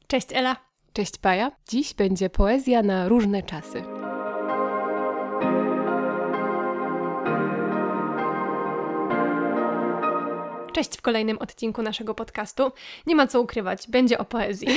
Cześć Ela. Cześć Paja. Dziś będzie poezja na różne czasy. Cześć w kolejnym odcinku naszego podcastu. Nie ma co ukrywać, będzie o poezji.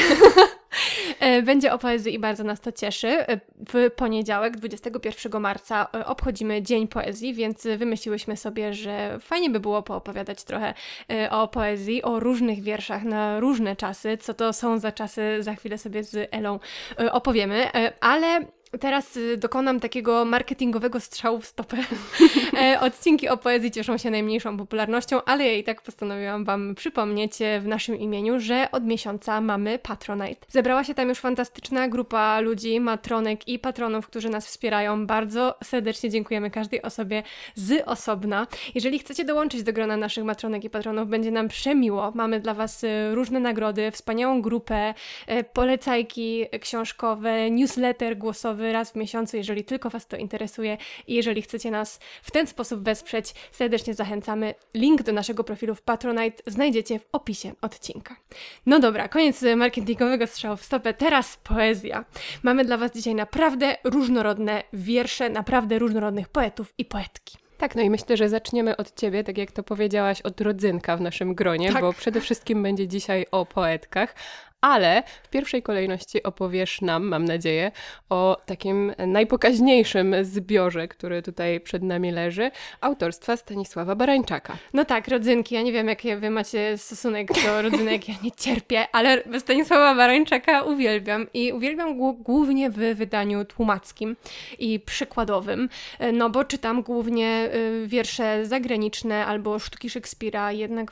Będzie o poezji i bardzo nas to cieszy. W poniedziałek, 21 marca obchodzimy Dzień Poezji, więc wymyśliłyśmy sobie, że fajnie by było poopowiadać trochę o poezji, o różnych wierszach na różne czasy. Co to są za czasy, za chwilę sobie z Elą opowiemy, ale teraz dokonam takiego marketingowego strzału w stopę. Odcinki o poezji cieszą się najmniejszą popularnością, ale ja i tak postanowiłam Wam przypomnieć w naszym imieniu, że od miesiąca mamy Patronite. Zebrała się tam już fantastyczna grupa ludzi, matronek i patronów, którzy nas wspierają. Bardzo serdecznie dziękujemy każdej osobie z osobna. Jeżeli chcecie dołączyć do grona naszych matronek i patronów, będzie nam przemiło. Mamy dla Was różne nagrody, wspaniałą grupę, polecajki książkowe, newsletter głosowy raz w miesiącu, jeżeli tylko Was to interesuje i jeżeli chcecie nas w ten sposób wesprzeć, serdecznie zachęcamy. Link do naszego profilu w Patronite znajdziecie w opisie odcinka. No dobra, koniec marketingowego strzału w stopę, teraz poezja. Mamy dla Was dzisiaj naprawdę różnorodne wiersze, naprawdę różnorodnych poetów i poetki. Tak, no i myślę, że zaczniemy od Ciebie, tak jak to powiedziałaś, od rodzynka w naszym gronie, Tak. Bo przede wszystkim będzie dzisiaj o poetkach, ale w pierwszej kolejności opowiesz nam, mam nadzieję, o takim najpokaźniejszym zbiorze, który tutaj przed nami leży, autorstwa Stanisława Barańczaka. No tak, rodzynki. Ja nie wiem, jaki Wy macie stosunek do rodzynek, ja nie cierpię, ale Stanisława Barańczaka uwielbiam i uwielbiam głównie w wydaniu tłumackim i przykładowym, no bo czytam głównie wiersze zagraniczne albo sztuki Szekspira, jednak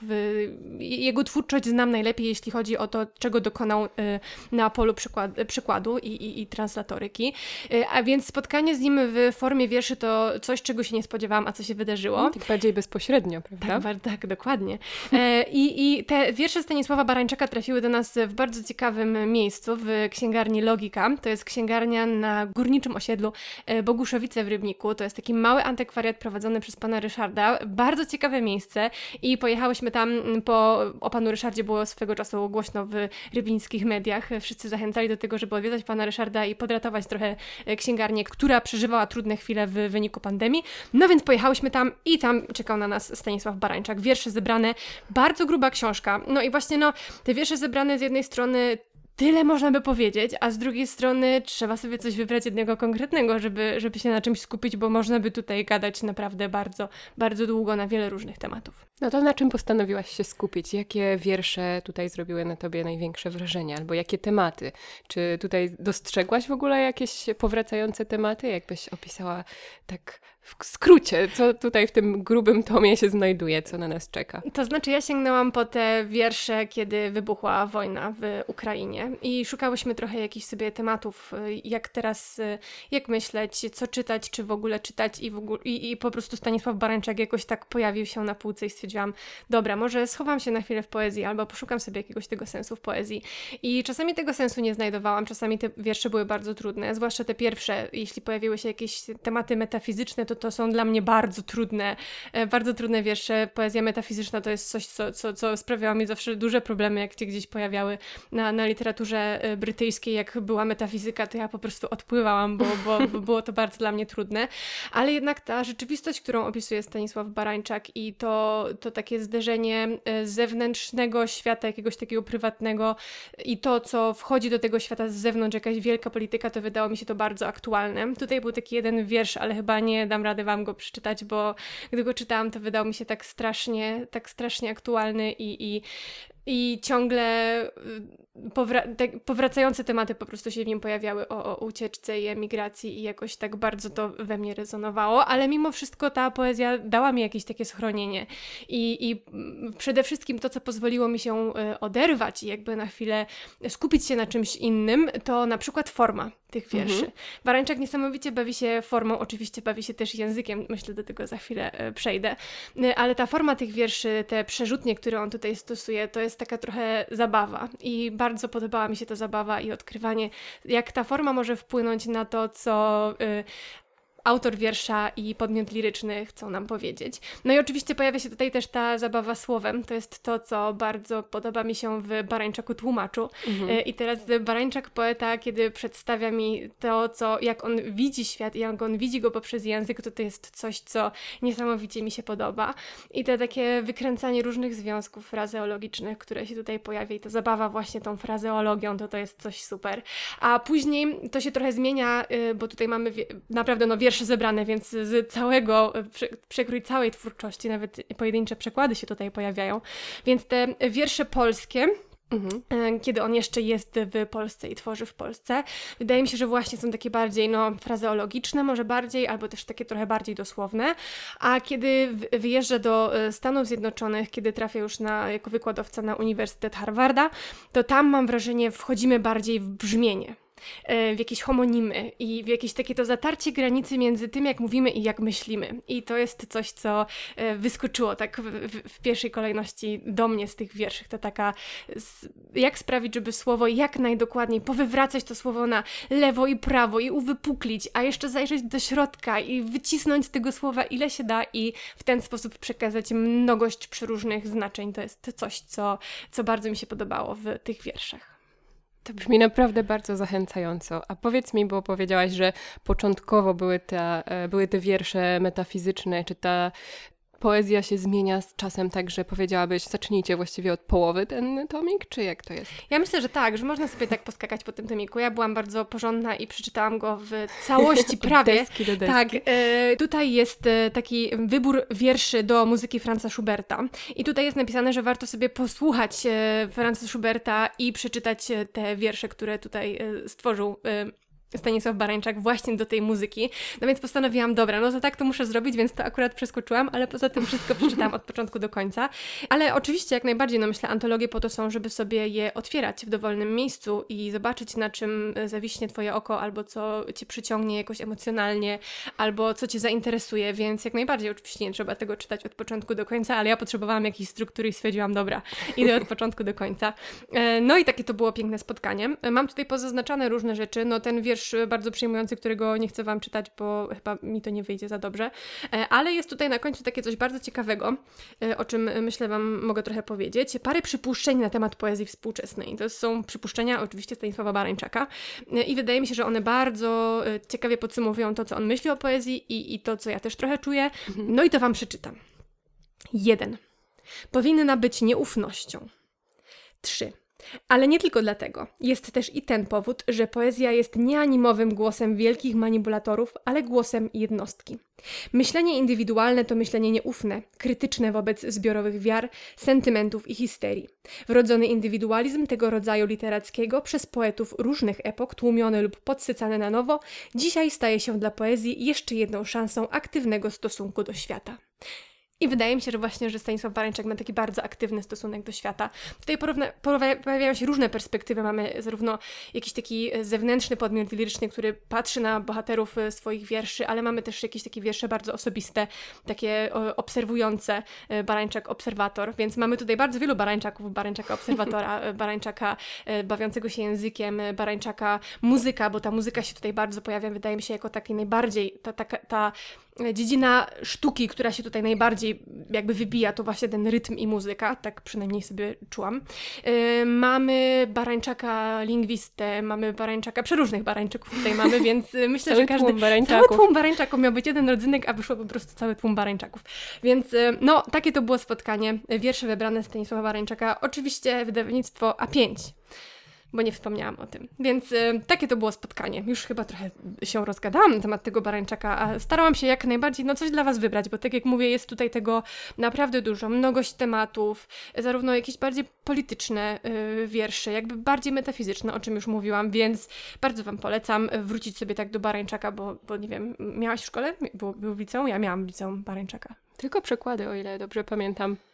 jego twórczość znam najlepiej, jeśli chodzi o to, czego dokonał na polu przykładu i translatoryki. A więc spotkanie z nim w formie wierszy to coś, czego się nie spodziewałam, a co się wydarzyło. Tak bardziej bezpośrednio, prawda? Tak, dokładnie. I te wiersze Stanisława Barańczaka trafiły do nas w bardzo ciekawym miejscu, w księgarni Logika. To jest księgarnia na górniczym osiedlu Boguszowice w Rybniku. To jest taki mały antykwariat prowadzony przez pana Ryszarda. Bardzo ciekawe miejsce i pojechałyśmy tam, o panu Ryszardzie było swego czasu głośno w rybnickich mediach. Wszyscy zachęcali do tego, żeby odwiedzać pana Ryszarda i podratować trochę księgarnię, która przeżywała trudne chwile w wyniku pandemii. No więc pojechałyśmy tam i tam czekał na nas Stanisław Barańczak. Wiersze zebrane, bardzo gruba książka. No i właśnie te wiersze zebrane z jednej strony tyle można by powiedzieć, a z drugiej strony trzeba sobie coś wybrać jednego konkretnego, żeby się na czymś skupić, bo można by tutaj gadać naprawdę bardzo, bardzo długo na wiele różnych tematów. No to na czym postanowiłaś się skupić? Jakie wiersze tutaj zrobiły na Tobie największe wrażenie? Albo jakie tematy? Czy tutaj dostrzegłaś w ogóle jakieś powracające tematy? Jakbyś opisała tak w skrócie, co tutaj w tym grubym tomie się znajduje, co na nas czeka? To znaczy ja sięgnęłam po te wiersze, kiedy wybuchła wojna w Ukrainie i szukałyśmy trochę jakichś sobie tematów, jak teraz, jak myśleć, co czytać, czy w ogóle czytać i po prostu Stanisław Barańczak jakoś tak pojawił się na półce i stwierdziłam, dobra, może schowam się na chwilę w poezji albo poszukam sobie jakiegoś tego sensu w poezji. I czasami tego sensu nie znajdowałam, czasami te wiersze były bardzo trudne, zwłaszcza te pierwsze, jeśli pojawiły się jakieś tematy metafizyczne, to są dla mnie bardzo trudne wiersze. Poezja metafizyczna to jest coś, co sprawiało mi zawsze duże problemy, jak się gdzieś pojawiały na literaturze brytyjskiej, jak była metafizyka, to ja po prostu odpływałam, bo było to bardzo dla mnie trudne. Ale jednak ta rzeczywistość, którą opisuje Stanisław Barańczak i to takie zderzenie zewnętrznego świata, jakiegoś takiego prywatnego i to, co wchodzi do tego świata z zewnątrz, jakaś wielka polityka, to wydało mi się to bardzo aktualne. Tutaj był taki jeden wiersz, ale chyba nie dam rady Wam go przeczytać, bo gdy go czytałam, to wydał mi się tak strasznie aktualny i ciągle powracające tematy po prostu się w nim pojawiały o ucieczce i emigracji i jakoś tak bardzo to we mnie rezonowało, ale mimo wszystko ta poezja dała mi jakieś takie schronienie i przede wszystkim to, co pozwoliło mi się oderwać i jakby na chwilę skupić się na czymś innym, to na przykład forma tych wierszy. Barańczak niesamowicie bawi się formą, oczywiście bawi się też językiem, myślę, do tego za chwilę przejdę, ale ta forma tych wierszy, te przerzutnie, które on tutaj stosuje, to jest taka trochę zabawa i bardzo podobała mi się ta zabawa i odkrywanie, jak ta forma może wpłynąć na to, co autor wiersza i podmiot liryczny chcą nam powiedzieć. No i oczywiście pojawia się tutaj też ta zabawa słowem. To jest to, co bardzo podoba mi się w Barańczaku tłumaczu. I teraz Barańczak, poeta, kiedy przedstawia mi to, jak on widzi świat i jak on widzi go poprzez język, to jest coś, co niesamowicie mi się podoba. I to takie wykręcanie różnych związków frazeologicznych, które się tutaj pojawia i ta zabawa właśnie tą frazeologią, to jest coś super. A później to się trochę zmienia, bo tutaj mamy naprawdę wiersze zebrane, więc z całego, przekrój całej twórczości, nawet pojedyncze przekłady się tutaj pojawiają. Więc te wiersze polskie, kiedy on jeszcze jest w Polsce i tworzy w Polsce, wydaje mi się, że właśnie są takie bardziej frazeologiczne, może bardziej, albo też takie trochę bardziej dosłowne, a kiedy wyjeżdża do Stanów Zjednoczonych, kiedy trafia już jako wykładowca na Uniwersytet Harvarda, to tam mam wrażenie wchodzimy bardziej w brzmienie, w jakieś homonimy i w jakieś takie to zatarcie granicy między tym, jak mówimy i jak myślimy. I to jest coś, co wyskoczyło tak w pierwszej kolejności do mnie z tych wierszy. To taka, jak sprawić, żeby słowo jak najdokładniej, powywracać to słowo na lewo i prawo i uwypuklić, a jeszcze zajrzeć do środka i wycisnąć z tego słowa ile się da i w ten sposób przekazać mnogość przeróżnych znaczeń. To jest coś, co bardzo mi się podobało w tych wierszach. To brzmi naprawdę bardzo zachęcająco. A powiedz mi, bo powiedziałaś, że początkowo były te wiersze metafizyczne, czy ta poezja się zmienia z czasem tak, że powiedziałabyś, zacznijcie właściwie od połowy ten tomik, czy jak to jest? Ja myślę, że tak, że można sobie tak poskakać po tym tomiku. Ja byłam bardzo porządna i przeczytałam go w całości prawie. Deski do deski. Tak, tutaj jest taki wybór wierszy do muzyki Franza Schuberta i tutaj jest napisane, że warto sobie posłuchać Franza Schuberta i przeczytać te wiersze, które tutaj stworzył Stanisław Barańczak właśnie do tej muzyki. No więc postanowiłam, dobra, no to tak to muszę zrobić, więc to akurat przeskoczyłam, ale poza tym wszystko przeczytałam od początku do końca. Ale oczywiście jak najbardziej, myślę, antologie po to są, żeby sobie je otwierać w dowolnym miejscu i zobaczyć, na czym zawiśnie twoje oko, albo co cię przyciągnie jakoś emocjonalnie, albo co cię zainteresuje, więc jak najbardziej oczywiście nie trzeba tego czytać od początku do końca, ale ja potrzebowałam jakiejś struktury i stwierdziłam, dobra, idę od początku do końca. No i takie to było piękne spotkanie. Mam tutaj pozaznaczane różne rzeczy, ten wiersz bardzo przejmujący, którego nie chcę wam czytać, bo chyba mi to nie wyjdzie za dobrze, ale jest tutaj na końcu takie coś bardzo ciekawego, o czym myślę wam mogę trochę powiedzieć. Parę przypuszczeń na temat poezji współczesnej. To są przypuszczenia oczywiście Stanisława Barańczaka i wydaje mi się, że one bardzo ciekawie podsumowują to, co on myśli o poezji i to, co ja też trochę czuję. No i to wam przeczytam. 1. Powinna być nieufnością. 3. Ale nie tylko dlatego. Jest też i ten powód, że poezja jest nieanimowym głosem wielkich manipulatorów, ale głosem jednostki. Myślenie indywidualne to myślenie nieufne, krytyczne wobec zbiorowych wiar, sentymentów i histerii. Wrodzony indywidualizm tego rodzaju literackiego przez poetów różnych epok, tłumiony lub podsycany na nowo, dzisiaj staje się dla poezji jeszcze jedną szansą aktywnego stosunku do świata. I wydaje mi się, że właśnie, że Stanisław Barańczak ma taki bardzo aktywny stosunek do świata. Tutaj pojawiają się różne perspektywy. Mamy zarówno jakiś taki zewnętrzny podmiot liryczny, który patrzy na bohaterów swoich wierszy, ale mamy też jakieś takie wiersze bardzo osobiste, takie obserwujące, Barańczak obserwator, więc mamy tutaj bardzo wielu Barańczaków, Barańczaka obserwatora, Barańczaka bawiącego się językiem, Barańczaka muzyka, bo ta muzyka się tutaj bardzo pojawia, wydaje mi się, jako taki najbardziej, ta dziedzina sztuki, która się tutaj najbardziej jakby wybija, to właśnie ten rytm i muzyka, tak przynajmniej sobie czułam. Mamy Barańczaka lingwistę, mamy Barańczaka, przeróżnych Barańczaków tutaj mamy, więc myślę, że każdy... Cały tłum Barańczaków miał być jeden rodzynek, a wyszło po prostu cały tłum Barańczaków. Więc takie to było spotkanie. Wiersze wybrane Stanisława Barańczaka. Oczywiście wydawnictwo A5. Bo nie wspomniałam o tym. Więc takie to było spotkanie. Już chyba trochę się rozgadałam na temat tego Barańczaka, a starałam się jak najbardziej coś dla was wybrać, bo tak jak mówię, jest tutaj tego naprawdę dużo. Mnogość tematów, zarówno jakieś bardziej polityczne wiersze, jakby bardziej metafizyczne, o czym już mówiłam, więc bardzo wam polecam wrócić sobie tak do Barańczaka, bo nie wiem, miałaś w szkole? Był w liceum? Ja miałam w liceum Barańczaka. Tylko przekłady, o ile dobrze pamiętam.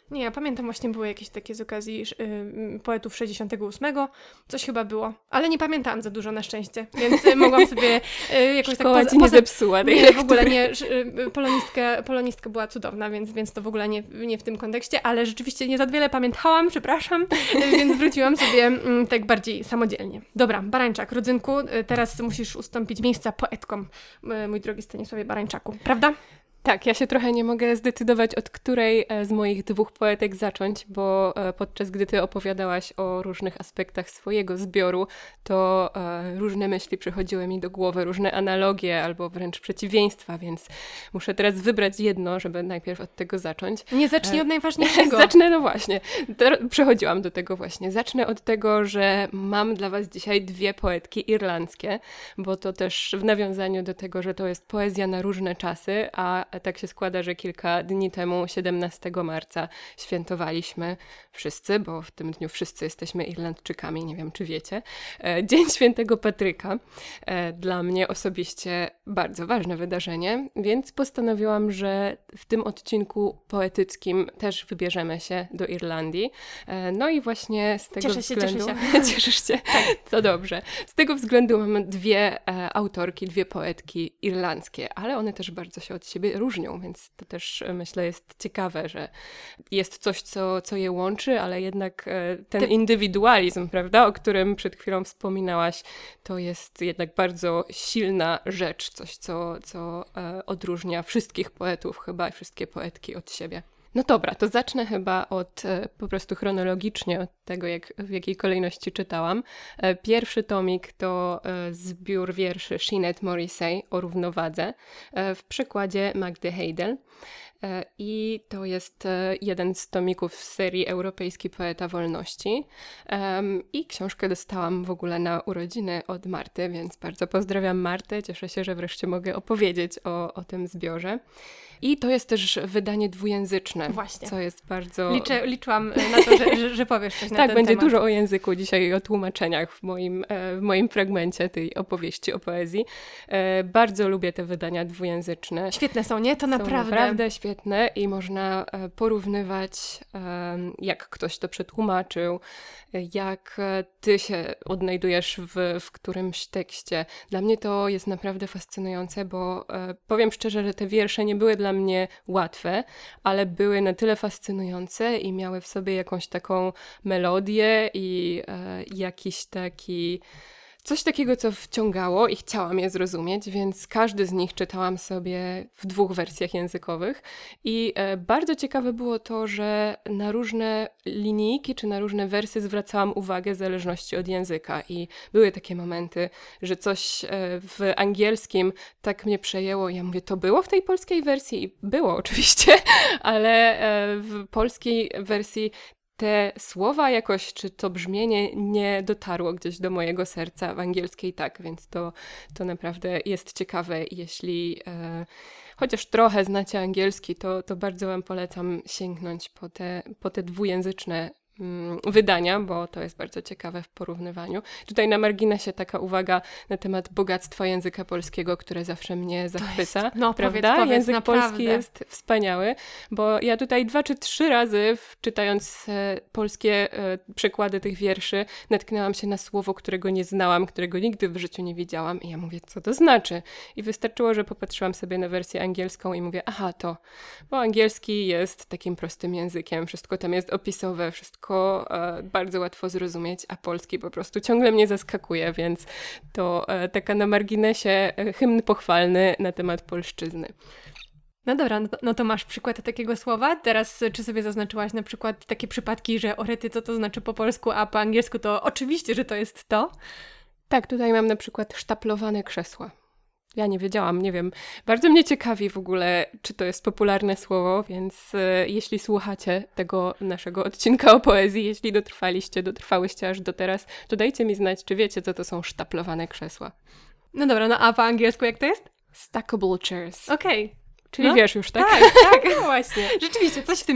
Nie, ja pamiętam właśnie były jakieś takie z okazji poetów 68, coś chyba było, ale nie pamiętałam za dużo na szczęście, więc mogłam sobie jakoś Szkoła tak ci nie zepsuła tej nie, w ogóle nie, polonistka była cudowna, więc to w ogóle nie w tym kontekście, ale rzeczywiście nie za wiele pamiętałam, przepraszam, więc wróciłam sobie tak bardziej samodzielnie. Dobra, Barańczak, Rodzynku, teraz musisz ustąpić miejsca poetkom, mój drogi Stanisławie Barańczaku, prawda? Tak, ja się trochę nie mogę zdecydować, od której z moich 2 poetek zacząć, bo podczas gdy ty opowiadałaś o różnych aspektach swojego zbioru, to różne myśli przychodziły mi do głowy, różne analogie albo wręcz przeciwieństwa, więc muszę teraz wybrać jedno, żeby najpierw od tego zacząć. Nie zacznij od najważniejszego. Zacznę, no właśnie. Przechodziłam do tego właśnie. Zacznę od tego, że mam dla was dzisiaj 2 poetki irlandzkie, bo to też w nawiązaniu do tego, że to jest poezja na różne czasy, a tak się składa, że kilka dni temu, 17 marca, świętowaliśmy wszyscy, bo w tym dniu wszyscy jesteśmy Irlandczykami, nie wiem czy wiecie, Dzień Świętego Patryka. Dla mnie osobiście bardzo ważne wydarzenie, więc postanowiłam, że w tym odcinku poetyckim też wybierzemy się do Irlandii. No i właśnie z tego względu... Cieszysz się? Tak. To dobrze. Z tego względu mamy 2 autorki, 2 poetki irlandzkie, ale one też bardzo się od siebie różnią, więc to też myślę jest ciekawe, że jest coś, co je łączy, ale jednak ten indywidualizm, prawda, o którym przed chwilą wspominałaś, to jest jednak bardzo silna rzecz, coś, co odróżnia wszystkich poetów chyba i wszystkie poetki od siebie. No dobra, to zacznę chyba po prostu chronologicznie od tego, w jakiej kolejności czytałam. Pierwszy tomik to zbiór wierszy Sinead Morrissey o równowadze w przekładzie Magdy Heidel. I to jest jeden z tomików z serii Europejski Poeta Wolności. I książkę dostałam w ogóle na urodziny od Marty, więc bardzo pozdrawiam Martę. Cieszę się, że wreszcie mogę opowiedzieć o tym zbiorze. I to jest też wydanie dwujęzyczne, właśnie, co jest bardzo... Liczyłam na to, że powiesz coś na ten temat. Tak, będzie dużo o języku dzisiaj i o tłumaczeniach w moim fragmencie tej opowieści o poezji. Bardzo lubię te wydania dwujęzyczne. Świetne są, nie? To naprawdę. Są naprawdę świetne i można porównywać, jak ktoś to przetłumaczył, jak ty się odnajdujesz w którymś tekście. Dla mnie to jest naprawdę fascynujące, bo powiem szczerze, że te wiersze nie były dla mnie łatwe, ale były na tyle fascynujące i miały w sobie jakąś taką melodię i jakiś taki... Coś takiego, co wciągało i chciałam je zrozumieć, więc każdy z nich czytałam sobie w 2 wersjach językowych i bardzo ciekawe było to, że na różne linijki czy na różne wersy zwracałam uwagę w zależności od języka i były takie momenty, że coś w angielskim tak mnie przejęło i ja mówię, to było w tej polskiej wersji? I było oczywiście, ale w polskiej wersji te słowa jakoś, czy to brzmienie nie dotarło gdzieś do mojego serca, w angielskiej tak, więc to naprawdę jest ciekawe. Jeśli chociaż trochę znacie angielski, to bardzo wam polecam sięgnąć po te dwujęzyczne wydania, bo to jest bardzo ciekawe w porównywaniu. Tutaj na marginesie taka uwaga na temat bogactwa języka polskiego, które zawsze mnie zachwyca. Prawda? Powiedz, język naprawdę. polski jest wspaniały, bo ja tutaj 2 czy 3 razy czytając polskie przekłady tych wierszy natknęłam się na słowo, którego nie znałam, którego nigdy w życiu nie widziałam i ja mówię, co to znaczy? I wystarczyło, że popatrzyłam sobie na wersję angielską i mówię, aha, to, bo angielski jest takim prostym językiem, wszystko tam jest opisowe, wszystko bardzo łatwo zrozumieć, a polski po prostu ciągle mnie zaskakuje, więc to taka na marginesie hymn pochwalny na temat polszczyzny. No dobra, no to masz przykład takiego słowa. Teraz czy sobie zaznaczyłaś na przykład takie przypadki, że orety co to znaczy po polsku, a po angielsku to oczywiście, że to jest to? Tak, tutaj mam na przykład sztaplowane krzesła. Ja nie wiedziałam, nie wiem. Bardzo mnie ciekawi w ogóle, czy to jest popularne słowo, więc jeśli słuchacie tego naszego odcinka o poezji, jeśli dotrwałyście aż do teraz, to dajcie mi znać, czy wiecie, co to są sztaplowane krzesła. No dobra, no a po angielsku jak to jest? Stackable chairs. Okej. Czyli wiesz już, tak? Tak, właśnie. Rzeczywiście, coś w tym jest.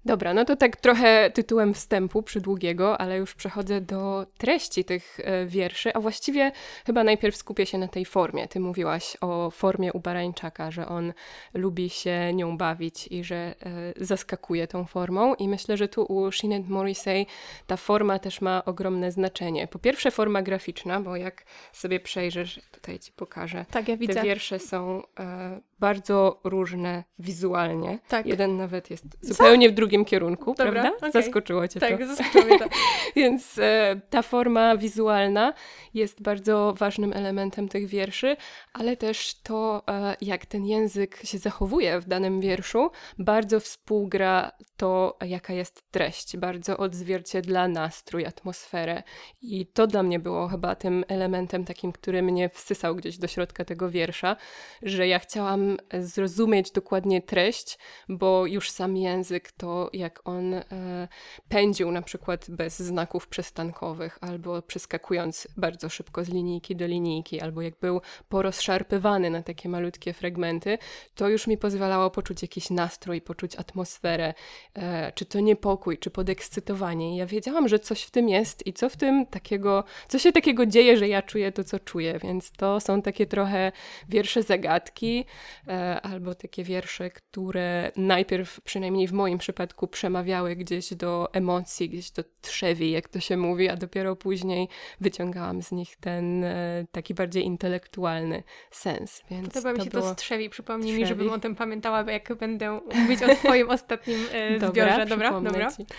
Dobra, no to tak trochę tytułem wstępu przydługiego, ale już przechodzę do treści tych wierszy, a właściwie chyba najpierw skupię się na tej formie. Ty mówiłaś o formie u Barańczaka, że on lubi się nią bawić i że zaskakuje tą formą i myślę, że tu u Sinéad Morrissey ta forma też ma ogromne znaczenie. Po pierwsze forma graficzna, bo jak sobie przejrzysz, tutaj ci pokażę, Tak, ja widzę. te wiersze są bardzo różne wizualnie. Tak. Jeden nawet jest zupełnie w drugim kierunku, Dobra, prawda? okej. Zaskoczyło cię to. Tak, zaskoczyło mnie to. Więc ta forma wizualna jest bardzo ważnym elementem tych wierszy, ale też to, jak ten język się zachowuje w danym wierszu, bardzo współgra to, jaka jest treść, bardzo odzwierciedla nastrój, atmosferę. I to dla mnie było chyba tym elementem takim, który mnie wsysał gdzieś do środka tego wiersza, że ja chciałam zrozumieć dokładnie treść, bo już sam język, to jak on pędził na przykład bez znaków przystankowych, albo przeskakując bardzo szybko z linijki do linijki, albo jak był porozszarpywany na takie malutkie fragmenty, to już mi pozwalało poczuć jakiś nastrój, poczuć atmosferę, czy to niepokój, czy podekscytowanie. I ja wiedziałam, że coś w tym jest i co w tym takiego, co się takiego dzieje, że ja czuję to, co czuję, więc to są takie trochę wiersze zagadki, albo takie wiersze, które najpierw, przynajmniej w moim przypadku, przemawiały gdzieś do emocji, gdzieś do trzewi, jak to się mówi, a dopiero później wyciągałam z nich ten taki bardziej intelektualny sens. Więc Podoba mi się to było... strzewi. Przypomnij mi, żebym o tym pamiętała, bo jak będę mówić o swoim ostatnim zbiorze. Dobra. Ci.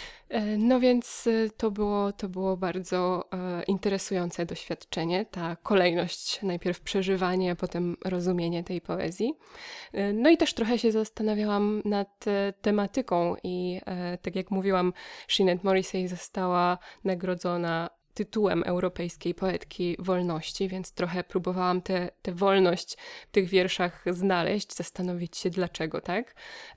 No więc to było bardzo interesujące doświadczenie, ta kolejność, najpierw przeżywanie, a potem rozumienie tej poezji. No i też trochę się zastanawiałam nad tematyką i tak jak mówiłam, Sinéad Morrissey została nagrodzona tytułem europejskiej poetki wolności, więc trochę próbowałam tę wolność w tych wierszach znaleźć, zastanowić się dlaczego, tak?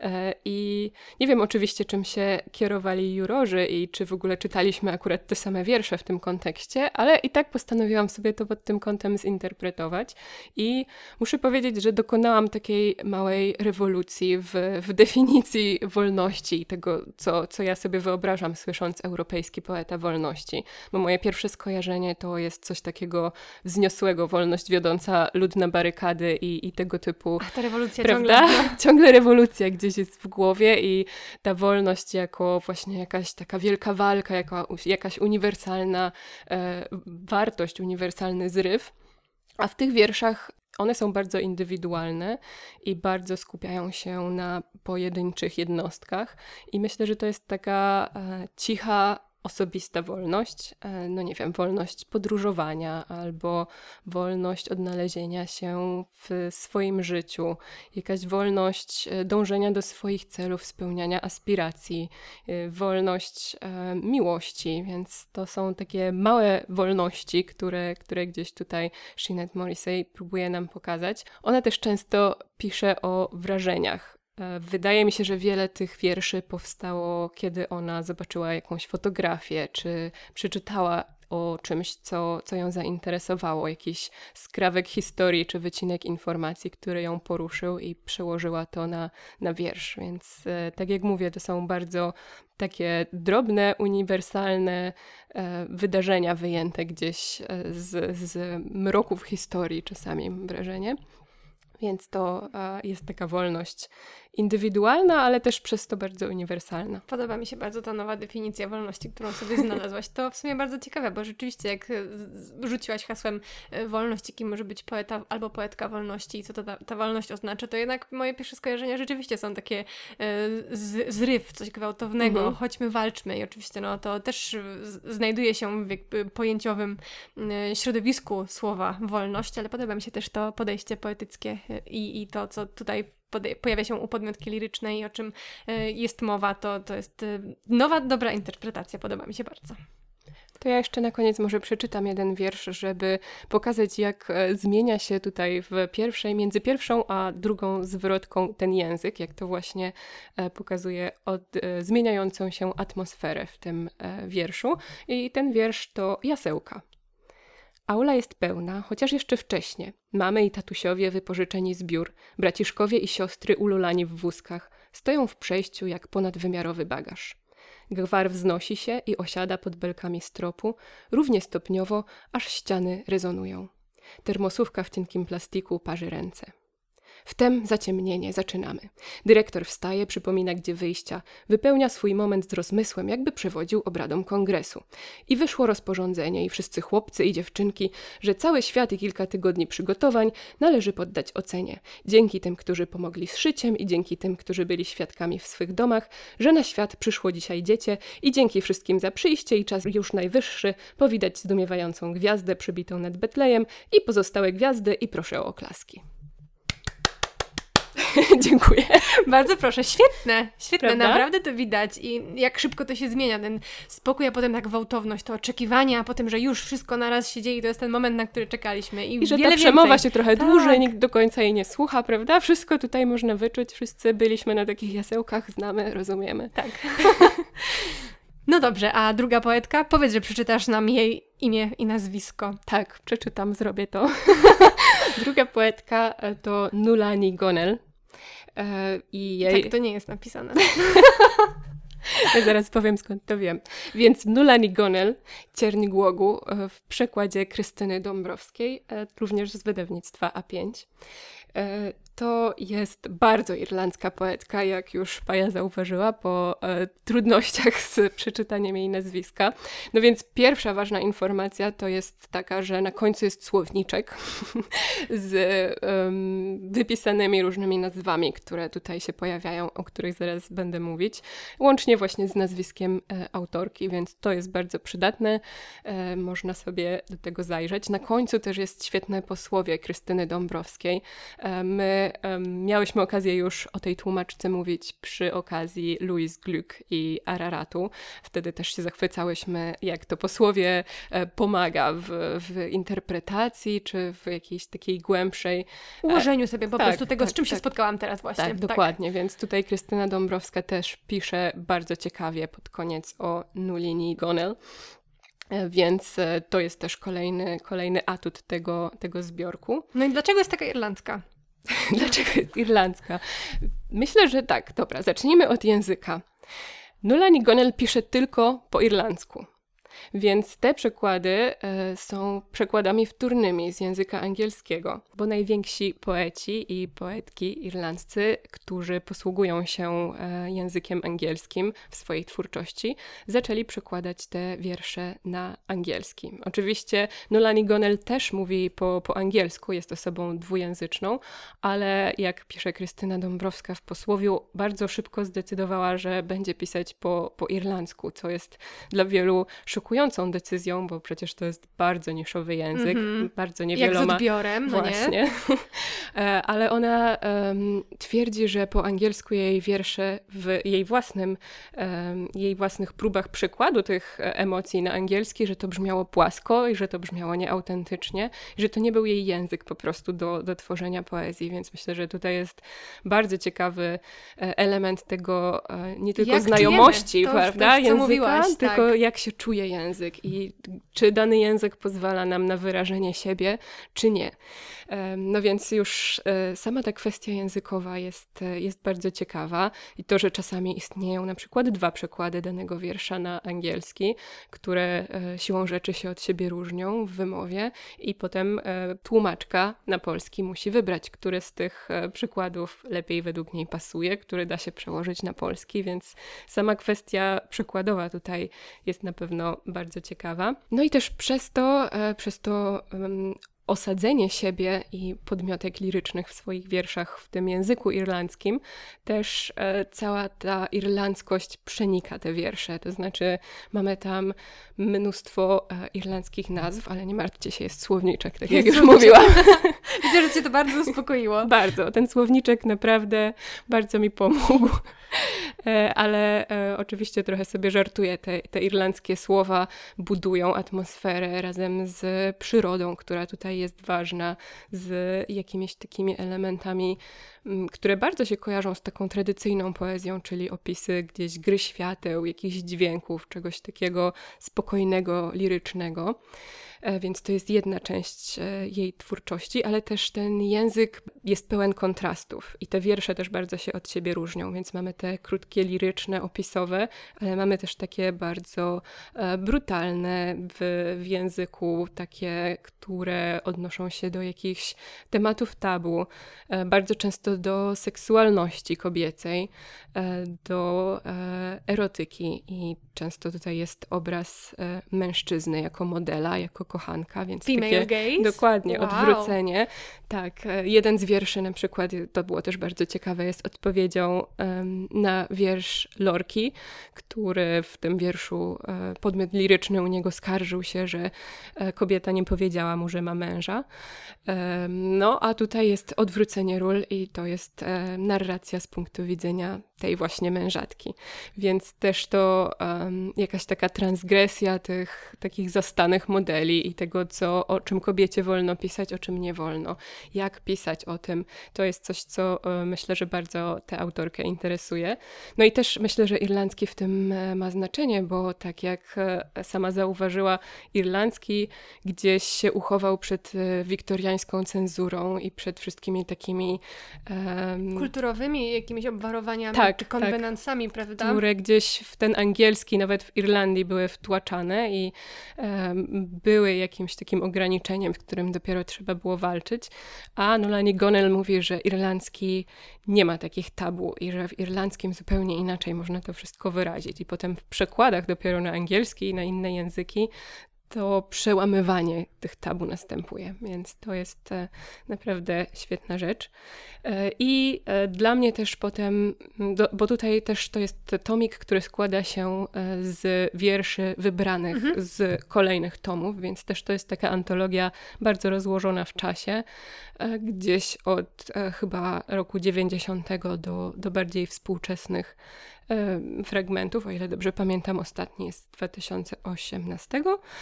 I nie wiem oczywiście, czym się kierowali jurorzy i czy w ogóle czytaliśmy akurat te same wiersze w tym kontekście, ale i tak postanowiłam sobie to pod tym kątem zinterpretować i muszę powiedzieć, że dokonałam takiej małej rewolucji w definicji wolności i tego, co ja sobie wyobrażam, słysząc europejski poeta wolności, bo moje pierwsze skojarzenie to jest coś takiego wzniosłego, wolność wiodąca lud na barykady i tego typu. Ach, ta rewolucja prawda? Ciągle rewolucja gdzieś jest w głowie i ta wolność jako właśnie jakaś taka wielka walka, jakaś uniwersalna wartość, uniwersalny zryw. A w tych wierszach one są bardzo indywidualne i bardzo skupiają się na pojedynczych jednostkach i myślę, że to jest taka cicha, osobista wolność, no nie wiem, wolność podróżowania albo wolność odnalezienia się w swoim życiu, jakaś wolność dążenia do swoich celów, spełniania aspiracji, wolność miłości, więc to są takie małe wolności, które gdzieś tutaj Sinéad Morrissey próbuje nam pokazać. Ona też często pisze o wrażeniach. Wydaje mi się, że wiele tych wierszy powstało, kiedy ona zobaczyła jakąś fotografię, czy przeczytała o czymś, co ją zainteresowało, jakiś skrawek historii, czy wycinek informacji, który ją poruszył i przełożyła to na wiersz. Więc tak jak mówię, to są bardzo takie drobne, uniwersalne wydarzenia wyjęte gdzieś z mroków historii, czasami mam wrażenie. Więc to jest taka wolność indywidualna, ale też przez to bardzo uniwersalna. Podoba mi się bardzo ta nowa definicja wolności, którą sobie znalazłaś. To w sumie bardzo ciekawe, bo rzeczywiście jak rzuciłaś hasłem wolność, kim może być poeta albo poetka wolności i co to ta wolność oznacza, to jednak moje pierwsze skojarzenia rzeczywiście są takie zryw, coś gwałtownego, chodźmy, walczmy. I oczywiście no, to też znajduje się w jakby pojęciowym środowisku słowa wolność, ale podoba mi się też to podejście poetyckie i to, co tutaj pojawia się u podmiotki lirycznej, o czym jest mowa, to jest nowa, dobra interpretacja. Podoba mi się bardzo. To ja jeszcze na koniec może przeczytam jeden wiersz, żeby pokazać, jak zmienia się tutaj między pierwszą a drugą zwrotką ten język, jak to właśnie pokazuje zmieniającą się atmosferę w tym wierszu. I ten wiersz to Jasełka. Aula jest pełna, chociaż jeszcze wcześnie. Mamy i tatusiowie wypożyczeni z biur, braciszkowie i siostry ululani w wózkach. stoją w przejściu jak ponadwymiarowy bagaż. Gwar wznosi się i osiada pod belkami stropu, równie stopniowo, aż ściany rezonują. Termosówka w cienkim plastiku parzy ręce. Wtem zaciemnienie, zaczynamy. Dyrektor wstaje, przypomina gdzie wyjścia, wypełnia swój moment z rozmysłem, jakby przewodził obradom kongresu. I wyszło rozporządzenie i wszyscy chłopcy i dziewczynki, że cały świat i kilka tygodni przygotowań należy poddać ocenie. Dzięki tym, którzy pomogli z szyciem i dzięki tym, którzy byli świadkami w swych domach, że na świat przyszło dzisiaj dziecię i dzięki wszystkim za przyjście i czas już najwyższy powitać zdumiewającą gwiazdę przybitą nad Betlejem i pozostałe gwiazdy i proszę o oklaski. Dziękuję. Bardzo proszę, świetne, Prawda? naprawdę to widać i jak szybko to się zmienia, ten spokój, a potem tak gwałtowność, to oczekiwanie, a potem, że już wszystko naraz się dzieje, to jest ten moment, na który czekaliśmy i że wiele ta przemowa więcej. się trochę dłużej, nikt do końca jej nie słucha, prawda? Wszystko tutaj można wyczuć, wszyscy byliśmy na takich jasełkach, znamy, rozumiemy. Tak. No dobrze, a druga poetka? Powiedz, że przeczytasz nam jej imię i nazwisko. Tak, przeczytam, zrobię to. Druga poetka to Nulani Gonel. I jej... Tak, to nie jest napisane. Ja zaraz powiem, skąd to wiem. Więc Nulani Gonel, Cierń Głogu, w przekładzie Krystyny Dąbrowskiej, również z wydawnictwa A5. To jest bardzo irlandzka poetka, jak już Paja zauważyła, po trudnościach z przeczytaniem jej nazwiska. No więc pierwsza ważna informacja to jest taka, że na końcu jest słowniczek z wypisanymi różnymi nazwami, które tutaj się pojawiają, o których zaraz będę mówić, łącznie właśnie z nazwiskiem autorki, więc to jest bardzo przydatne. Można sobie do tego zajrzeć. Na końcu też jest świetne posłowie Krystyny Dąbrowskiej. My miałyśmy okazję już o tej tłumaczce mówić przy okazji Louise Glück i Araratu. Wtedy też się zachwycałyśmy, jak to posłowie pomaga w interpretacji, czy w jakiejś takiej głębszej... Ułożeniu sobie po prostu tego, z czym się tak. spotkałam teraz właśnie. Tak, dokładnie. Więc tutaj Krystyna Dąbrowska też pisze bardzo ciekawie pod koniec o Nulini Gonel. Więc to jest też kolejny atut tego zbiorku. No i dlaczego jest taka irlandzka? Dlaczego jest irlandzka? Myślę, że tak. Dobra, zacznijmy od języka. Nulani Gonel pisze tylko po irlandzku. Więc te przekłady są przekładami wtórnymi z języka angielskiego, bo najwięksi poeci i poetki irlandzcy, którzy posługują się językiem angielskim w swojej twórczości, zaczęli przekładać te wiersze na angielski. Oczywiście Nulani Gonel też mówi po angielsku, jest osobą dwujęzyczną, ale jak pisze Krystyna Dąbrowska w posłowiu, bardzo szybko zdecydowała, że będzie pisać po irlandzku, co jest dla wielu szokującą decyzją, bo przecież to jest bardzo niszowy język, bardzo niewieloma... Jak z odbiorem, no Właśnie. nie? Ale ona twierdzi, że po angielsku jej wiersze w jej własnych próbach przekładu tych emocji na angielski, że to brzmiało płasko i że to brzmiało nieautentycznie, że to nie był jej język po prostu do tworzenia poezji, więc myślę, że tutaj jest bardzo ciekawy element tego nie tylko jak znajomości, to, prawda, co mówiłaś, języka, tylko tak. jak się czuje język i czy dany język pozwala nam na wyrażenie siebie, czy nie. No więc już sama ta kwestia językowa jest bardzo ciekawa i to, że czasami istnieją na przykład 2 przekłady danego wiersza na angielski, które siłą rzeczy się od siebie różnią w wymowie i potem tłumaczka na polski musi wybrać, który z tych przykładów lepiej według niej pasuje, który da się przełożyć na polski, więc sama kwestia przekładowa tutaj jest na pewno bardzo ciekawa. No i też przez to osadzenie siebie i podmiotek lirycznych w swoich wierszach w tym języku irlandzkim, też cała ta irlandzkość przenika te wiersze. To znaczy mamy tam mnóstwo irlandzkich nazw, ale nie martwcie się, jest słowniczek, tak jak już mówiłam. Widzę, że cię to bardzo uspokoiło. Bardzo. Ten słowniczek naprawdę bardzo mi pomógł. Ale oczywiście trochę sobie żartuję. Te irlandzkie słowa budują atmosferę razem z przyrodą, która tutaj jest ważna, z jakimiś takimi elementami, które bardzo się kojarzą z taką tradycyjną poezją, czyli opisy gdzieś gry świateł, jakichś dźwięków, czegoś takiego spokojnego, lirycznego. więc to jest jedna część jej twórczości, ale też ten język jest pełen kontrastów i te wiersze też bardzo się od siebie różnią, więc mamy te krótkie, liryczne, opisowe, ale mamy też takie bardzo brutalne w języku, takie, które odnoszą się do jakichś tematów tabu, bardzo często do seksualności kobiecej, do erotyki i często tutaj jest obraz mężczyzny jako modela, jako kochanka, więc Female takie gaze? dokładnie Wow. odwrócenie. Tak, jeden z wierszy na przykład, to było też bardzo ciekawe, jest odpowiedzią na wiersz Lorki, który w tym wierszu podmiot liryczny u niego skarżył się, że kobieta nie powiedziała mu, że ma męża. No, a tutaj jest odwrócenie ról i to jest narracja z punktu widzenia tej właśnie mężatki. Więc też to jakaś taka transgresja tych takich zastanych modeli i tego, o czym kobiecie wolno pisać, o czym nie wolno. Jak pisać o tym. To jest coś, co myślę, że bardzo tę autorkę interesuje. No i też myślę, że irlandzki w tym ma znaczenie, bo tak jak sama zauważyła, irlandzki gdzieś się uchował przed wiktoriańską cenzurą i przed wszystkimi takimi kulturowymi jakimiś obwarowaniami czy konwenansami, prawda? Które gdzieś w ten angielski, nawet w Irlandii były wtłaczane i były jakimś takim ograniczeniem, z którym dopiero trzeba było walczyć. A Nolani Gonel mówi, że irlandzki nie ma takich tabu i że w irlandzkim zupełnie inaczej można to wszystko wyrazić. I potem w przekładach dopiero na angielski i na inne języki to przełamywanie tych tabu następuje, więc to jest naprawdę świetna rzecz. I dla mnie też potem, bo tutaj też to jest tomik, który składa się z wierszy wybranych z kolejnych tomów, więc też to jest taka antologia bardzo rozłożona w czasie, gdzieś od chyba roku 90 do bardziej współczesnych fragmentów, o ile dobrze pamiętam, ostatni jest z 2018.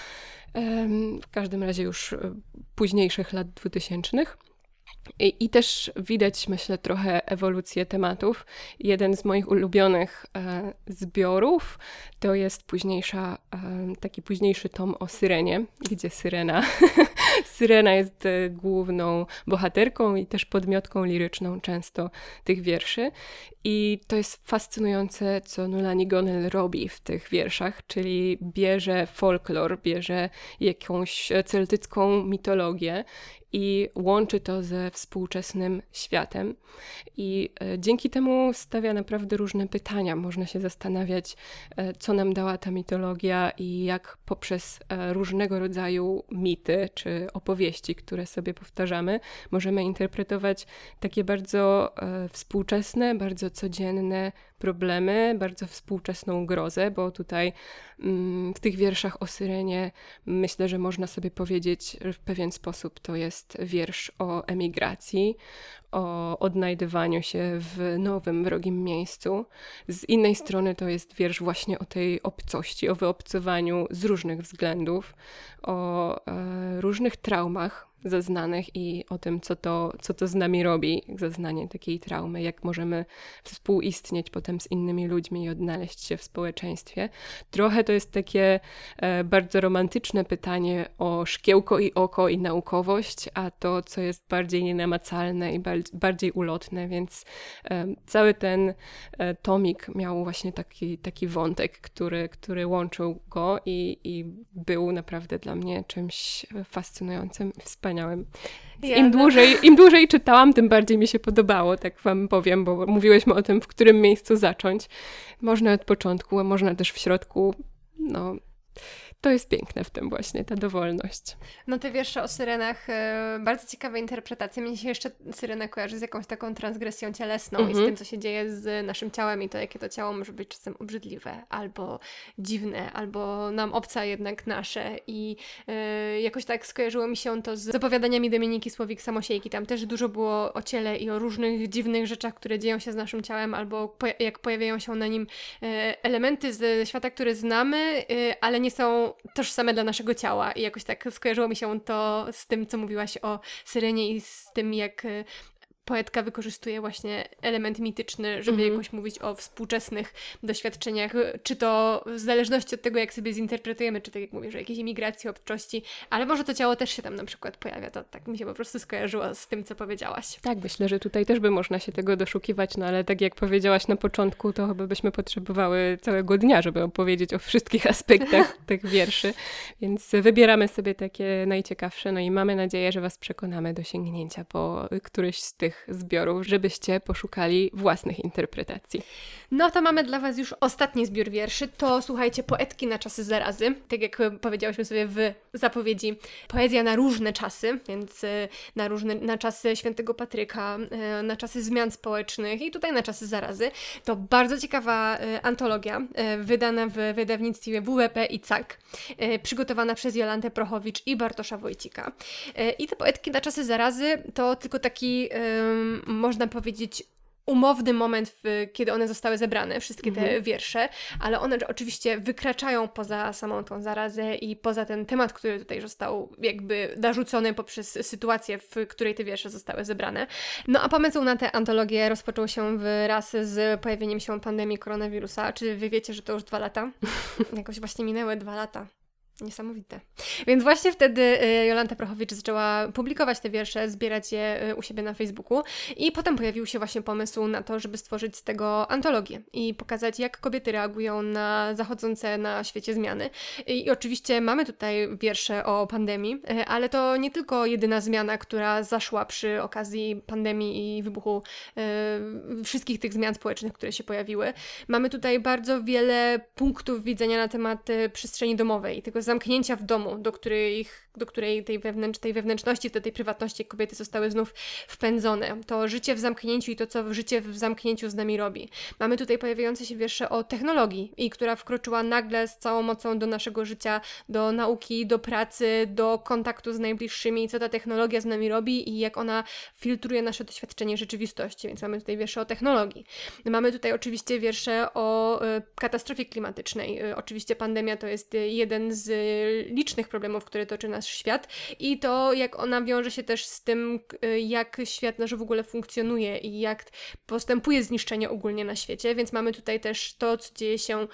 W każdym razie już późniejszych lat 2000. I też widać, myślę, trochę ewolucję tematów. Jeden z moich ulubionych zbiorów to jest taki późniejszy tom o Syrenie, gdzie Syrena jest główną bohaterką i też podmiotką liryczną często tych wierszy. I to jest fascynujące, co Nolani Gonel robi w tych wierszach, czyli bierze folklor, bierze jakąś celtycką mitologię i łączy to ze współczesnym światem. I dzięki temu stawia naprawdę różne pytania. Można się zastanawiać, co nam dała ta mitologia i jak poprzez różnego rodzaju mity czy opowieści, które sobie powtarzamy, możemy interpretować takie bardzo współczesne, bardzo codzienne problemy, bardzo współczesną grozę, bo tutaj w tych wierszach o Syrenie myślę, że można sobie powiedzieć, że w pewien sposób to jest wiersz o emigracji, o odnajdywaniu się w nowym, wrogim miejscu. Z innej strony to jest wiersz właśnie o tej obcości, o wyobcowaniu z różnych względów, o różnych traumach zaznanych i o tym, co to z nami robi, zaznanie takiej traumy, jak możemy współistnieć potem z innymi ludźmi i odnaleźć się w społeczeństwie. Trochę to jest takie bardzo romantyczne pytanie o szkiełko i oko i naukowość, a to, co jest bardziej nienamacalne i bardziej ulotne, więc cały ten tomik miał właśnie taki wątek, który łączył go i był naprawdę dla mnie czymś fascynującym, wspaniałym. Im dłużej czytałam, tym bardziej mi się podobało, tak wam powiem, bo mówiłyśmy o tym, w którym miejscu zacząć. Można od początku, a można też w środku. No, to jest piękne w tym właśnie, ta dowolność. No te wiersze o syrenach, bardzo ciekawe interpretacje. Mnie się jeszcze syrena kojarzy z jakąś taką transgresją cielesną i z tym, co się dzieje z naszym ciałem i to, jakie to ciało może być czasem obrzydliwe, albo dziwne, albo nam obce jednak nasze. I jakoś tak skojarzyło mi się to z opowiadaniami Dominiki Słowik-Samosiejki. Tam też dużo było o ciele i o różnych dziwnych rzeczach, które dzieją się z naszym ciałem, albo jak pojawiają się na nim elementy ze świata, który znamy, ale nie są tożsame dla naszego ciała i jakoś tak skojarzyło mi się to z tym, co mówiłaś o Syrenie i z tym, jak poetka wykorzystuje właśnie element mityczny, żeby jakoś mówić o współczesnych doświadczeniach, czy to w zależności od tego, jak sobie zinterpretujemy, czy tak jak mówię, że jakieś imigracje, obcości, ale może to ciało też się tam na przykład pojawia, to tak mi się po prostu skojarzyło z tym, co powiedziałaś. Tak, myślę, że tutaj też by można się tego doszukiwać, no ale tak jak powiedziałaś na początku, to chyba byśmy potrzebowały całego dnia, żeby opowiedzieć o wszystkich aspektach tych wierszy, więc wybieramy sobie takie najciekawsze, no i mamy nadzieję, że Was przekonamy do sięgnięcia po któryś z tych zbiorów, żebyście poszukali własnych interpretacji. No to mamy dla Was już ostatni zbiór wierszy, to słuchajcie, poetki na czasy zarazy, tak jak powiedziałyśmy sobie w zapowiedzi, poezja na różne czasy, więc na czasy Świętego Patryka, na czasy zmian społecznych i tutaj na czasy zarazy. To bardzo ciekawa antologia, wydana w wydawnictwie WWP i CAK, przygotowana przez Jolantę Prochowicz i Bartosza Wojcika. I te poetki na czasy zarazy to tylko taki, można powiedzieć, umowny moment, kiedy one zostały zebrane, wszystkie te wiersze, ale one oczywiście wykraczają poza samą tą zarazę i poza ten temat, który tutaj został jakby narzucony poprzez sytuację, w której te wiersze zostały zebrane. No a pomysł na tę antologię rozpoczął się wraz z pojawieniem się pandemii koronawirusa. Czy wy wiecie, że to już 2 lata? Jakoś właśnie minęły 2 lata. Niesamowite. Więc właśnie wtedy Jolanta Prochowicz zaczęła publikować te wiersze, zbierać je u siebie na Facebooku i potem pojawił się właśnie pomysł na to, żeby stworzyć z tego antologię i pokazać, jak kobiety reagują na zachodzące na świecie zmiany. I oczywiście mamy tutaj wiersze o pandemii, ale to nie tylko jedyna zmiana, która zaszła przy okazji pandemii i wybuchu wszystkich tych zmian społecznych, które się pojawiły. Mamy tutaj bardzo wiele punktów widzenia na temat przestrzeni domowej, tego zamknięcia w domu, do której tej wewnętrzności, do tej prywatności kobiety zostały znów wpędzone. To życie w zamknięciu i to, co życie w zamknięciu z nami robi. Mamy tutaj pojawiające się wiersze o technologii i która wkroczyła nagle z całą mocą do naszego życia, do nauki, do pracy, do kontaktu z najbliższymi, co ta technologia z nami robi i jak ona filtruje nasze doświadczenie rzeczywistości. Więc mamy tutaj wiersze o technologii. Mamy tutaj oczywiście wiersze o katastrofie klimatycznej. Oczywiście pandemia to jest jeden z licznych problemów, które toczy nasz świat i to, jak ona wiąże się też z tym, jak świat nasz w ogóle funkcjonuje i jak postępuje zniszczenie ogólnie na świecie, więc mamy tutaj też to, co dzieje się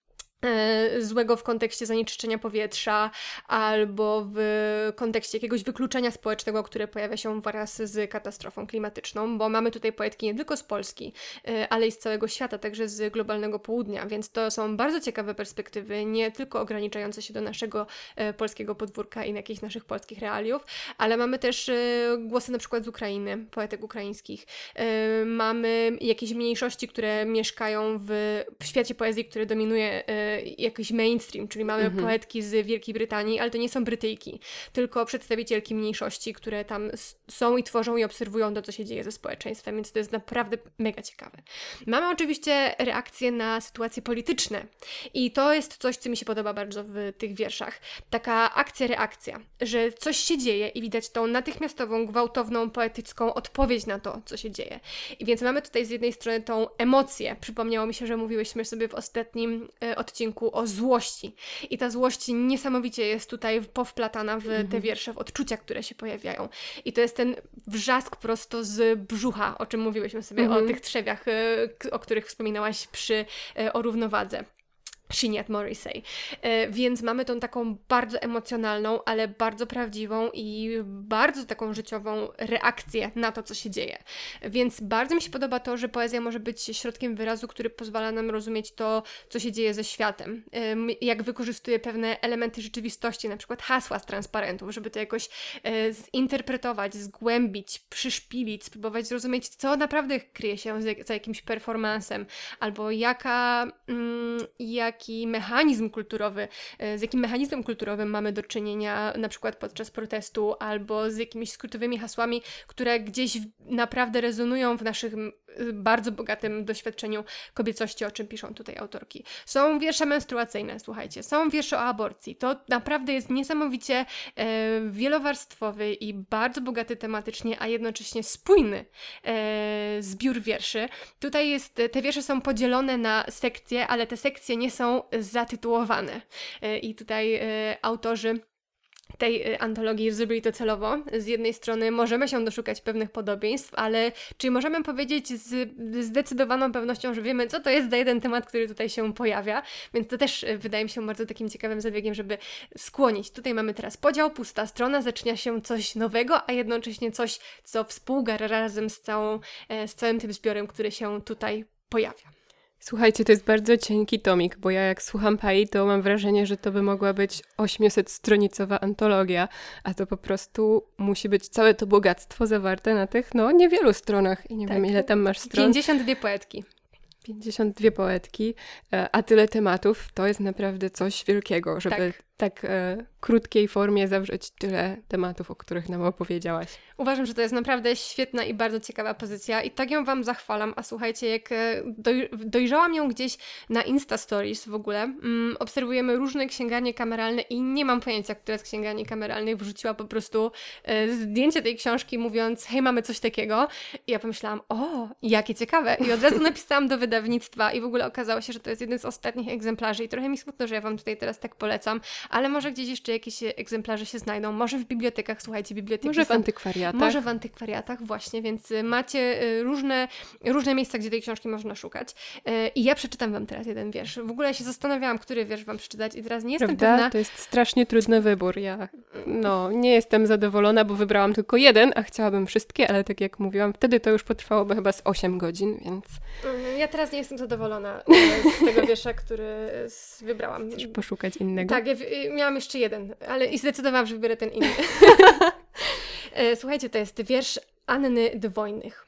złego w kontekście zanieczyszczenia powietrza albo w kontekście jakiegoś wykluczenia społecznego, które pojawia się wraz z katastrofą klimatyczną, bo mamy tutaj poetki nie tylko z Polski, ale i z całego świata, także z globalnego południa, więc to są bardzo ciekawe perspektywy, nie tylko ograniczające się do naszego polskiego podwórka i jakichś naszych polskich realiów, ale mamy też głosy na przykład z Ukrainy, poetek ukraińskich. Mamy jakieś mniejszości, które mieszkają w świecie poezji, który dominuje jakiś mainstream, czyli mamy poetki z Wielkiej Brytanii, ale to nie są Brytyjki, tylko przedstawicielki mniejszości, które tam są i tworzą i obserwują to, co się dzieje ze społeczeństwem, więc to jest naprawdę mega ciekawe. Mamy oczywiście reakcje na sytuacje polityczne i to jest coś, co mi się podoba bardzo w tych wierszach. Taka akcja-reakcja, że coś się dzieje i widać tą natychmiastową, gwałtowną, poetycką odpowiedź na to, co się dzieje. I więc mamy tutaj z jednej strony tą emocję. Przypomniało mi się, że mówiłyśmy sobie w ostatnim odcinku o złości. I ta złość niesamowicie jest tutaj powplatana w te wiersze, w odczucia, które się pojawiają. I to jest ten wrzask prosto z brzucha, o czym mówiłyśmy sobie, o tych trzewiach, o których wspominałaś o równowadze. Sinead Morrissey. Więc mamy tą taką bardzo emocjonalną, ale bardzo prawdziwą i bardzo taką życiową reakcję na to, co się dzieje. Więc bardzo mi się podoba to, że poezja może być środkiem wyrazu, który pozwala nam rozumieć to, co się dzieje ze światem. Jak wykorzystuje pewne elementy rzeczywistości, na przykład hasła z transparentów, żeby to jakoś zinterpretować, zgłębić, przyszpilić, spróbować zrozumieć, co naprawdę kryje się za jakimś performansem, albo jaki mechanizm kulturowy, z jakim mechanizmem kulturowym mamy do czynienia na przykład podczas protestu, albo z jakimiś skrótowymi hasłami, które gdzieś naprawdę rezonują w naszym bardzo bogatym doświadczeniu kobiecości, o czym piszą tutaj autorki. Są wiersze menstruacyjne, słuchajcie, są wiersze o aborcji. To naprawdę jest niesamowicie wielowarstwowy i bardzo bogaty tematycznie, a jednocześnie spójny zbiór wierszy. Tutaj te wiersze są podzielone na sekcje, ale te sekcje nie są zatytułowane. I tutaj autorzy tej antologii zrobili to celowo. Z jednej strony możemy się doszukać pewnych podobieństw, ale czy możemy powiedzieć z zdecydowaną pewnością, że wiemy, co to jest za jeden temat, który tutaj się pojawia, więc to też wydaje mi się bardzo takim ciekawym zabiegiem, żeby skłonić. Tutaj mamy teraz podział, pusta strona, zaczyna się coś nowego, a jednocześnie coś, co współgra razem z całym tym zbiorem, który się tutaj pojawia. Słuchajcie, to jest bardzo cienki tomik, bo ja jak słucham Pai, to mam wrażenie, że to by mogła być 800-stronicowa antologia, a to po prostu musi być całe to bogactwo zawarte na tych, niewielu stronach. I nie wiem, ile tam masz stron. 52 poetki. 52 poetki, a tyle tematów, to jest naprawdę coś wielkiego, żeby tak krótkiej formie zawrzeć tyle tematów, o których nam opowiedziałaś. Uważam, że to jest naprawdę świetna i bardzo ciekawa pozycja i tak ją Wam zachwalam, a słuchajcie, jak dojrzałam ją gdzieś na Insta Stories w ogóle, obserwujemy różne księgarnie kameralne i nie mam pojęcia, która z księgarni kameralnych wrzuciła po prostu zdjęcie tej książki, mówiąc, hej, mamy coś takiego. I ja pomyślałam, o, jakie ciekawe. I od razu napisałam do wydawnictwa i w ogóle okazało się, że to jest jeden z ostatnich egzemplarzy i trochę mi smutno, że ja Wam tutaj teraz tak polecam, ale może gdzieś jeszcze jakieś egzemplarze się znajdą, może w bibliotekach, słuchajcie, biblioteki może w antykwariatach. Może w antykwariatach, właśnie, więc macie różne miejsca, gdzie tej książki można szukać. I ja przeczytam Wam teraz jeden wiersz. W ogóle się zastanawiałam, który wiersz Wam przeczytać i teraz nie jestem pewna. To jest strasznie trudny wybór. Ja nie jestem zadowolona, bo wybrałam tylko jeden, a chciałabym wszystkie, ale tak jak mówiłam, wtedy to już potrwałoby chyba z 8 godzin, więc... Ja teraz nie jestem zadowolona z tego wiersza, który wybrałam. Chcesz poszukać innego? Tak, ja miałam jeszcze jeden, ale i zdecydowałam, że wybiorę ten inny. Słuchajcie, to jest wiersz Anny Dwojnych.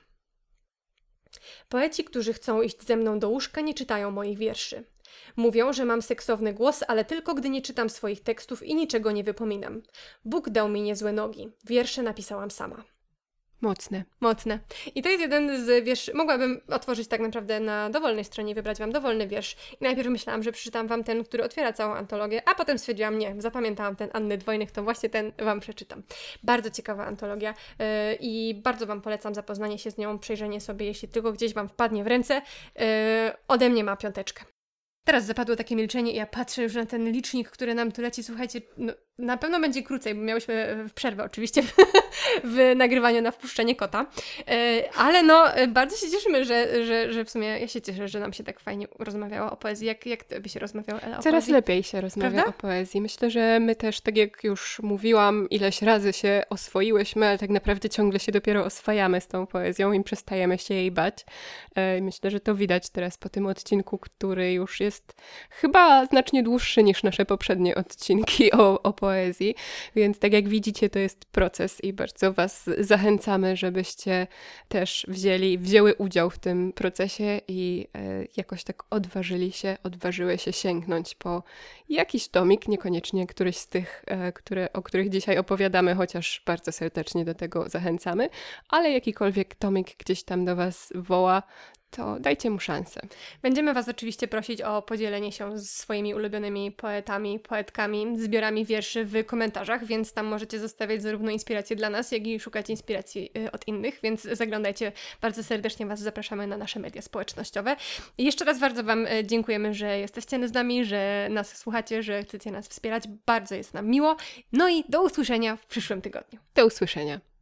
Poeci, którzy chcą iść ze mną do łóżka, nie czytają moich wierszy. Mówią, że mam seksowny głos, ale tylko gdy nie czytam swoich tekstów i niczego nie wypominam. Bóg dał mi niezłe nogi. Wiersze napisałam sama. Mocne. I to jest jeden z wierszy. Mogłabym otworzyć tak naprawdę na dowolnej stronie, wybrać Wam dowolny wiersz. I najpierw myślałam, że przeczytam Wam ten, który otwiera całą antologię, a potem stwierdziłam, nie, zapamiętałam ten Anny Dwojnych, to właśnie ten Wam przeczytam. Bardzo ciekawa antologia i bardzo Wam polecam zapoznanie się z nią, przejrzenie sobie, jeśli tylko gdzieś Wam wpadnie w ręce. Ode mnie ma 5. Teraz zapadło takie milczenie i ja patrzę już na ten licznik, który nam tu leci. Słuchajcie, na pewno będzie krócej, bo miałyśmy przerwę oczywiście w nagrywaniu na wpuszczenie kota. Ale bardzo się cieszymy, że w sumie ja się cieszę, że nam się tak fajnie rozmawiało o poezji. Jak Tobie się rozmawiało, Ela, o Coraz poezji? lepiej się rozmawia Prawda? o poezji. Myślę, że my też, tak jak już mówiłam, ileś razy się oswoiłyśmy, ale tak naprawdę ciągle się dopiero oswajamy z tą poezją i przestajemy się jej bać. Myślę, że to widać teraz po tym odcinku, który już jest chyba znacznie dłuższy niż nasze poprzednie odcinki o poezji, więc tak jak widzicie, to jest proces i bardzo Was zachęcamy, żebyście też wzięły udział w tym procesie i jakoś tak odważyły się sięgnąć po jakiś tomik, niekoniecznie któryś z tych, o których dzisiaj opowiadamy, chociaż bardzo serdecznie do tego zachęcamy, ale jakikolwiek tomik gdzieś tam do Was woła, to dajcie mu szansę. Będziemy Was oczywiście prosić o podzielenie się z swoimi ulubionymi poetami, poetkami, zbiorami wierszy w komentarzach, więc tam możecie zostawiać zarówno inspiracje dla nas, jak i szukać inspiracji od innych, więc zaglądajcie. Bardzo serdecznie Was zapraszamy na nasze media społecznościowe. I jeszcze raz bardzo Wam dziękujemy, że jesteście z nami, że nas słuchacie, że chcecie nas wspierać. Bardzo jest nam miło. No i do usłyszenia w przyszłym tygodniu. Do usłyszenia.